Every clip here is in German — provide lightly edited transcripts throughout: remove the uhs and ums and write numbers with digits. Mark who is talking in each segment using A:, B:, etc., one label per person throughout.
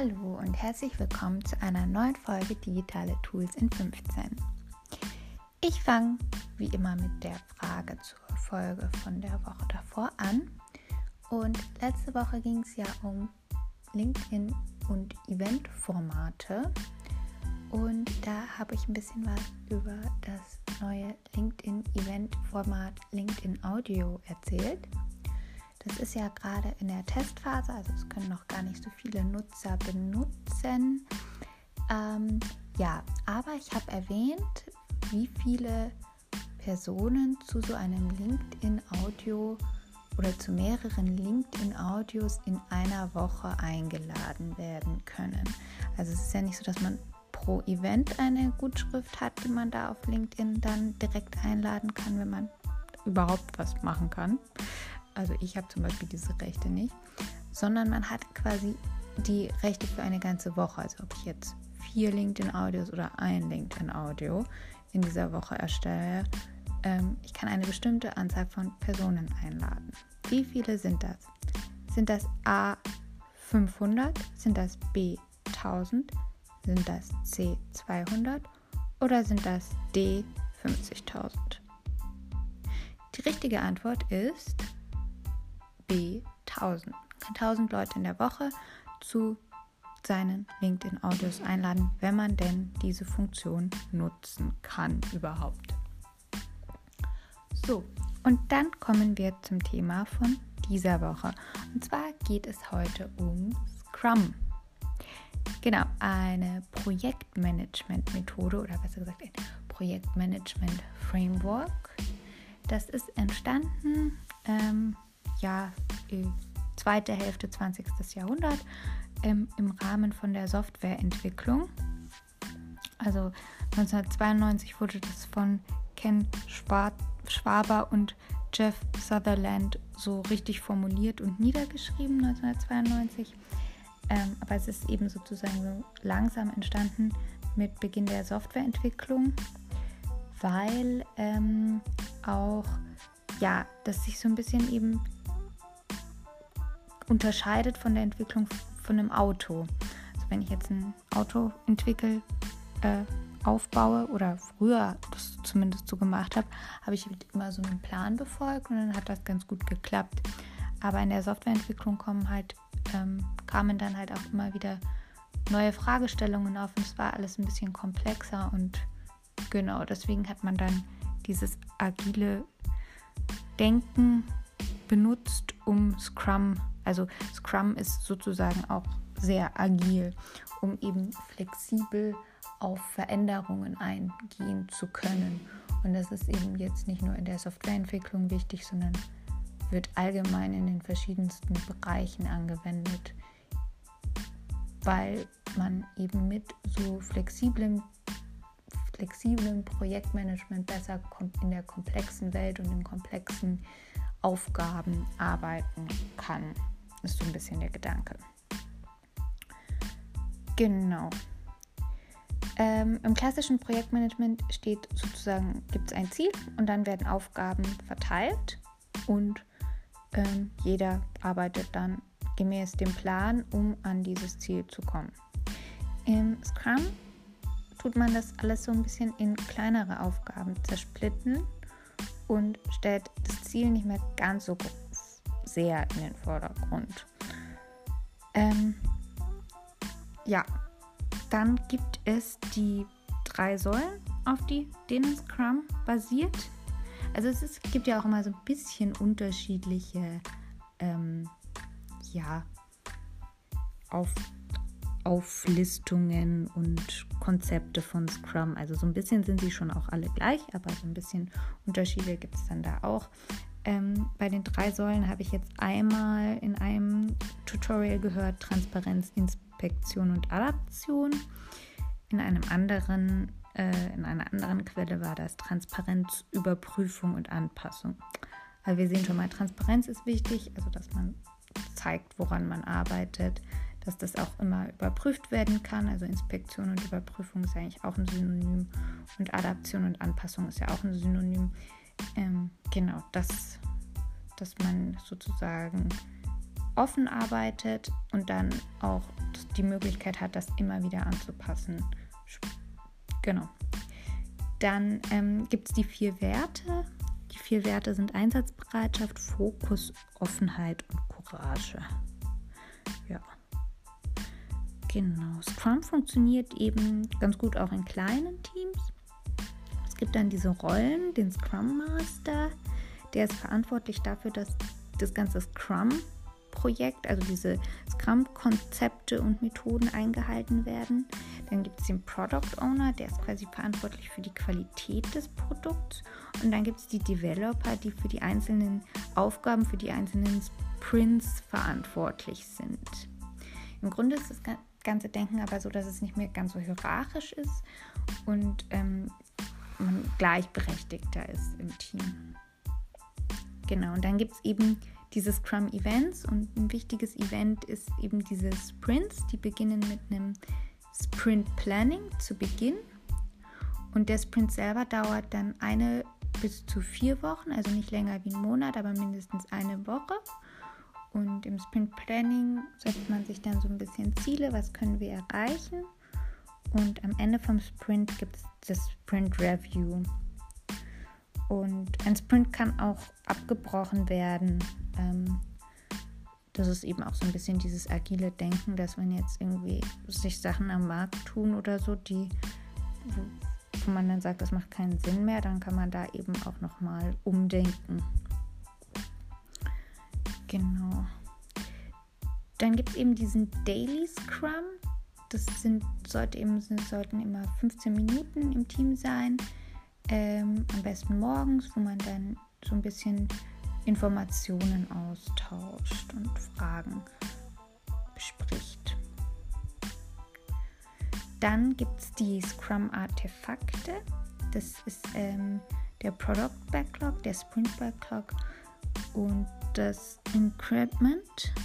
A: Hallo und herzlich willkommen zu einer neuen Folge Digitale Tools in 15. Ich fange wie immer mit der Frage zur Folge von der Woche davor an. Und letzte Woche ging es ja um LinkedIn und Eventformate. Und da habe ich ein bisschen was über das neue LinkedIn-Event-Format LinkedIn Audio erzählt. Das ist ja gerade in der Testphase, also es können noch gar nicht so viele Nutzer benutzen. Aber ich habe erwähnt, wie viele Personen zu so einem LinkedIn-Audio oder zu mehreren LinkedIn-Audios in einer Woche eingeladen werden können. Also es ist ja nicht so, dass man pro Event eine Gutschrift hat, die man da auf LinkedIn dann direkt einladen kann, wenn man überhaupt was machen kann. Also ich habe zum Beispiel diese Rechte nicht, sondern man hat quasi die Rechte für eine ganze Woche. Also ob ich jetzt 4 LinkedIn-Audios oder ein LinkedIn-Audio in dieser Woche erstelle, ich kann eine bestimmte Anzahl von Personen einladen. Wie viele sind das? Sind das A 500? Sind das B 1000? Sind das C 200? Oder sind das D 50.000? Die richtige Antwort ist B 1000. Man kann 1000 Leute in der Woche zu seinen LinkedIn-Audios einladen, wenn man denn diese Funktion nutzen kann überhaupt. So, und dann kommen wir zum Thema von dieser Woche. Und zwar geht es heute um Scrum. Genau, eine Projektmanagement-Methode oder besser gesagt ein Projektmanagement-Framework. Das ist entstanden zweite Hälfte 20. Jahrhundert im Rahmen von der Softwareentwicklung. Also 1992 wurde das von Ken Schwaber und Jeff Sutherland so richtig formuliert und niedergeschrieben 1992. Aber es ist eben sozusagen so langsam entstanden mit Beginn der Softwareentwicklung, weil das sich so ein bisschen eben unterscheidet von der Entwicklung von einem Auto. Also wenn ich jetzt ein Auto aufbaue oder früher das zumindest so gemacht habe, habe ich immer so einen Plan befolgt und dann hat das ganz gut geklappt. Aber in der Softwareentwicklung kamen dann halt auch immer wieder neue Fragestellungen auf und es war alles ein bisschen komplexer und genau, deswegen hat man dann dieses agile Denken benutzt, um Scrum, also Scrum ist sozusagen auch sehr agil, um eben flexibel auf Veränderungen eingehen zu können. Und das ist eben jetzt nicht nur in der Softwareentwicklung wichtig, sondern wird allgemein in den verschiedensten Bereichen angewendet, weil man eben mit so flexiblem Projektmanagement besser in der komplexen Welt und in komplexen Aufgaben arbeiten kann. Das ist so ein bisschen der Gedanke. Genau. Im klassischen Projektmanagement gibt es ein Ziel und dann werden Aufgaben verteilt und jeder arbeitet dann gemäß dem Plan, um an dieses Ziel zu kommen. Im Scrum tut man das alles so ein bisschen in kleinere Aufgaben zersplitten und stellt das Ziel nicht mehr ganz so sehr in den Vordergrund. Dann gibt es die 3 Säulen, auf denen Scrum basiert. Also es gibt ja auch immer so ein bisschen unterschiedliche Auflistungen und Konzepte von Scrum. Also so ein bisschen sind sie schon auch alle gleich, aber so ein bisschen Unterschiede gibt es dann da auch. Bei den 3 Säulen habe ich jetzt einmal in einem Tutorial gehört, Transparenz, Inspektion und Adaption. In einer anderen Quelle war das Transparenz, Überprüfung und Anpassung. Also wir sehen schon mal, Transparenz ist wichtig, also dass man zeigt, woran man arbeitet, dass das auch immer überprüft werden kann. Also Inspektion und Überprüfung ist eigentlich auch ein Synonym und Adaption und Anpassung ist ja auch ein Synonym. Dass man sozusagen offen arbeitet und dann auch die Möglichkeit hat, das immer wieder anzupassen. Genau. Dann gibt es die 4 Werte. Die 4 Werte sind Einsatzbereitschaft, Fokus, Offenheit und Courage. Ja. Genau. Scrum funktioniert eben ganz gut auch in kleinen Teams. Es gibt dann diese Rollen, den Scrum Master, der ist verantwortlich dafür, dass das ganze Scrum-Projekt, also diese Scrum-Konzepte und Methoden eingehalten werden. Dann gibt es den Product Owner, der ist quasi verantwortlich für die Qualität des Produkts. Und dann gibt es die Developer, die für die einzelnen Aufgaben, für die einzelnen Sprints verantwortlich sind. Im Grunde ist das ganze Denken aber so, dass es nicht mehr ganz so hierarchisch ist und man gleichberechtigter ist im Team. Genau, und dann gibt es eben diese Scrum-Events und ein wichtiges Event ist eben diese Sprints, die beginnen mit einem Sprint-Planning zu Beginn und der Sprint selber dauert dann 1 bis zu 4 Wochen, also nicht länger wie ein Monat, aber mindestens eine Woche. Und im Sprint-Planning setzt man sich dann so ein bisschen Ziele, was können wir erreichen. Und am Ende vom Sprint gibt es das Sprint-Review. Und ein Sprint kann auch abgebrochen werden. Das ist eben auch so ein bisschen dieses agile Denken, dass wenn jetzt irgendwie sich Sachen am Markt tun oder so, wo man dann sagt, das macht keinen Sinn mehr, dann kann man da eben auch nochmal umdenken. Genau. Dann gibt es eben diesen Daily Scrum. Das sollten immer 15 Minuten im Team sein. Am besten morgens, wo man dann so ein bisschen Informationen austauscht und Fragen bespricht. Dann gibt es die Scrum-Artefakte. Das ist der Product Backlog, der Sprint Backlog und das Increment.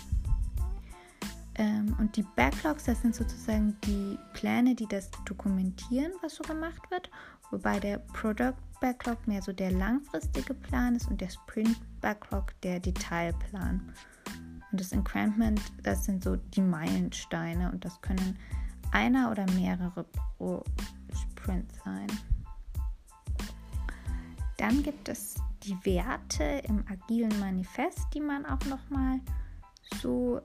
A: Und die Backlogs, das sind sozusagen die Pläne, die das dokumentieren, was so gemacht wird, wobei der Product Backlog mehr so der langfristige Plan ist und der Sprint Backlog der Detailplan. Und das Increment, das sind so die Meilensteine und das können einer oder mehrere pro Sprint sein. Dann gibt es die Werte im agilen Manifest, die man auch nochmal so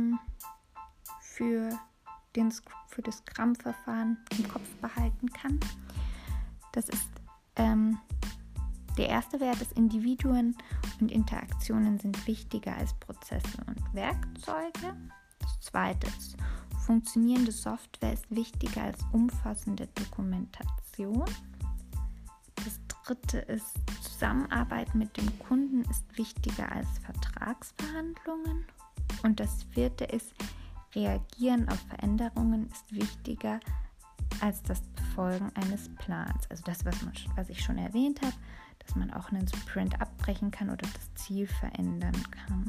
A: für das Scrum-Verfahren im Kopf behalten kann. Das ist der erste Wert ist, Individuen und Interaktionen sind wichtiger als Prozesse und Werkzeuge. Das zweite ist, funktionierende Software ist wichtiger als umfassende Dokumentation. Das dritte ist, Zusammenarbeit mit dem Kunden ist wichtiger als Vertragsverhandlungen. Und das vierte ist, Reagieren auf Veränderungen ist wichtiger als das Befolgen eines Plans. Also das, was ich schon erwähnt habe, dass man auch einen Sprint abbrechen kann oder das Ziel verändern kann.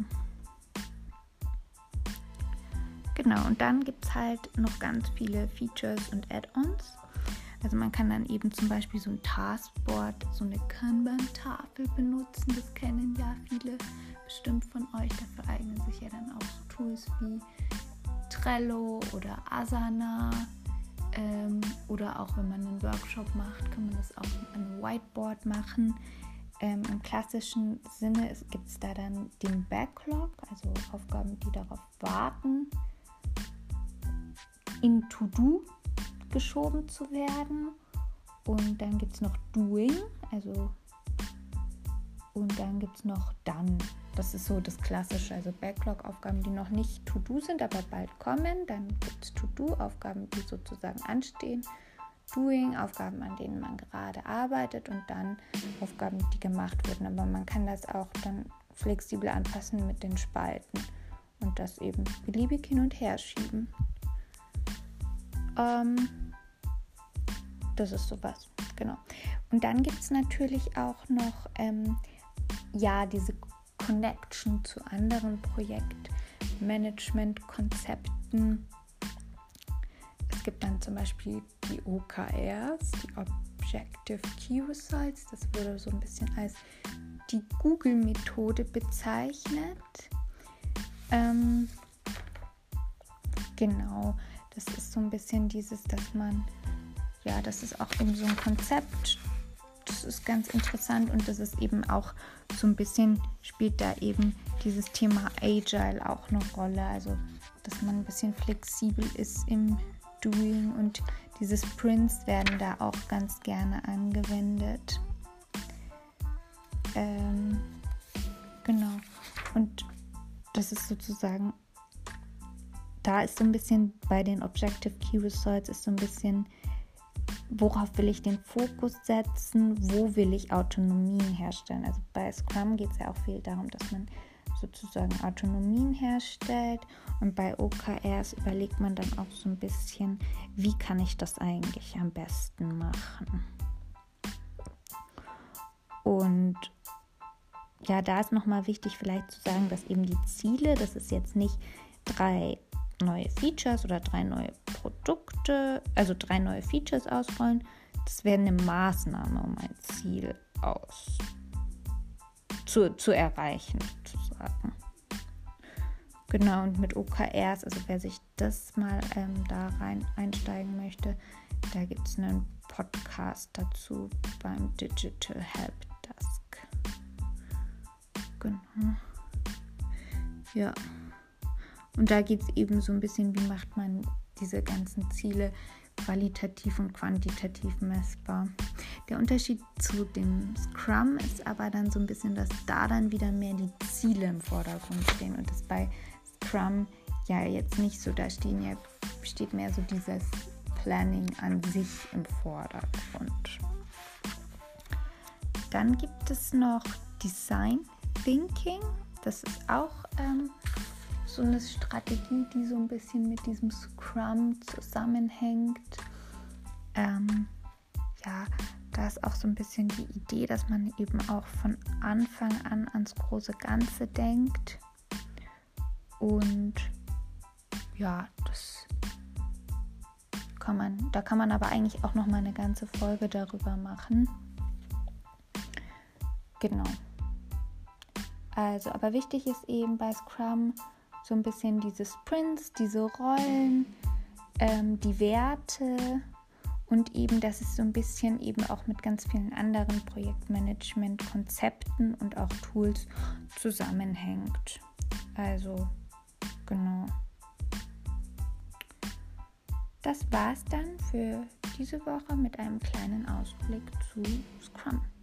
A: Genau, und dann gibt es halt noch ganz viele Features und Add-ons. Also man kann dann eben zum Beispiel so ein Taskboard, so eine Kanban-Tafel benutzen. Das kennen ja viele bestimmt von euch. Dafür eignen sich ja dann auch so Tools wie Trello oder Asana. Oder auch wenn man einen Workshop macht, kann man das auch an einem Whiteboard machen. Im klassischen Sinne gibt es da dann den Backlog, also Aufgaben, die darauf warten, in To-Do geschoben zu werden. Und dann gibt es noch Doing, und dann gibt es noch Done. Das ist so das Klassische, also Backlog-Aufgaben, die noch nicht To-Do sind, aber bald kommen. Dann gibt es To-Do, Aufgaben, die sozusagen anstehen. Doing, Aufgaben, an denen man gerade arbeitet. Und dann Aufgaben, die gemacht wurden. Aber man kann das auch dann flexibel anpassen mit den Spalten und das eben beliebig hin und her schieben. Das ist sowas, genau. Und dann gibt es natürlich auch noch diese Connection zu anderen Projektmanagement-Konzepten. Es gibt dann zum Beispiel die OKRs, die Objective Key Results. Das wurde so ein bisschen als die Google-Methode bezeichnet. Genau, das ist so ein bisschen dieses, dass man, ja, das ist auch eben so ein Konzept, das ist ganz interessant und das ist eben auch so ein bisschen, spielt da eben dieses Thema Agile auch eine Rolle, also dass man ein bisschen flexibel ist im Doing und diese Sprints werden da auch ganz gerne angewendet. Genau, und das ist sozusagen, da ist so ein bisschen bei den Objective Key Results ist so ein bisschen, worauf will ich den Fokus setzen, wo will ich Autonomien herstellen. Also bei Scrum geht es ja auch viel darum, dass man sozusagen Autonomien herstellt und bei OKRs überlegt man dann auch so ein bisschen, wie kann ich das eigentlich am besten machen. Und ja, da ist nochmal wichtig vielleicht zu sagen, dass eben die Ziele, das ist jetzt nicht 3 neue Features oder 3 neue Produkte, also 3 neue Features ausrollen, das wäre eine Maßnahme, um ein Ziel zu erreichen, sozusagen. Genau, und mit OKRs, also wer sich das mal da rein einsteigen möchte, da gibt es einen Podcast dazu beim Digital Helpdesk. Genau. Ja. Und da geht es eben so ein bisschen, wie macht man diese ganzen Ziele qualitativ und quantitativ messbar. Der Unterschied zu dem Scrum ist aber dann so ein bisschen, dass da dann wieder mehr die Ziele im Vordergrund stehen und das bei Scrum ja jetzt nicht so, da steht mehr so dieses Planning an sich im Vordergrund. Dann gibt es noch Design Thinking, das ist auch so eine Strategie, die so ein bisschen mit diesem Scrum zusammenhängt. Ja, da ist auch so ein bisschen die Idee, dass man eben auch von Anfang an ans große Ganze denkt. Und ja, da kann man aber eigentlich auch noch mal eine ganze Folge darüber machen. Genau. Also, aber wichtig ist eben bei Scrum so ein bisschen diese Sprints, diese Rollen, die Werte und eben, dass es so ein bisschen eben auch mit ganz vielen anderen Projektmanagement-Konzepten und auch Tools zusammenhängt. Also, genau. Das war's dann für diese Woche mit einem kleinen Ausblick zu Scrum.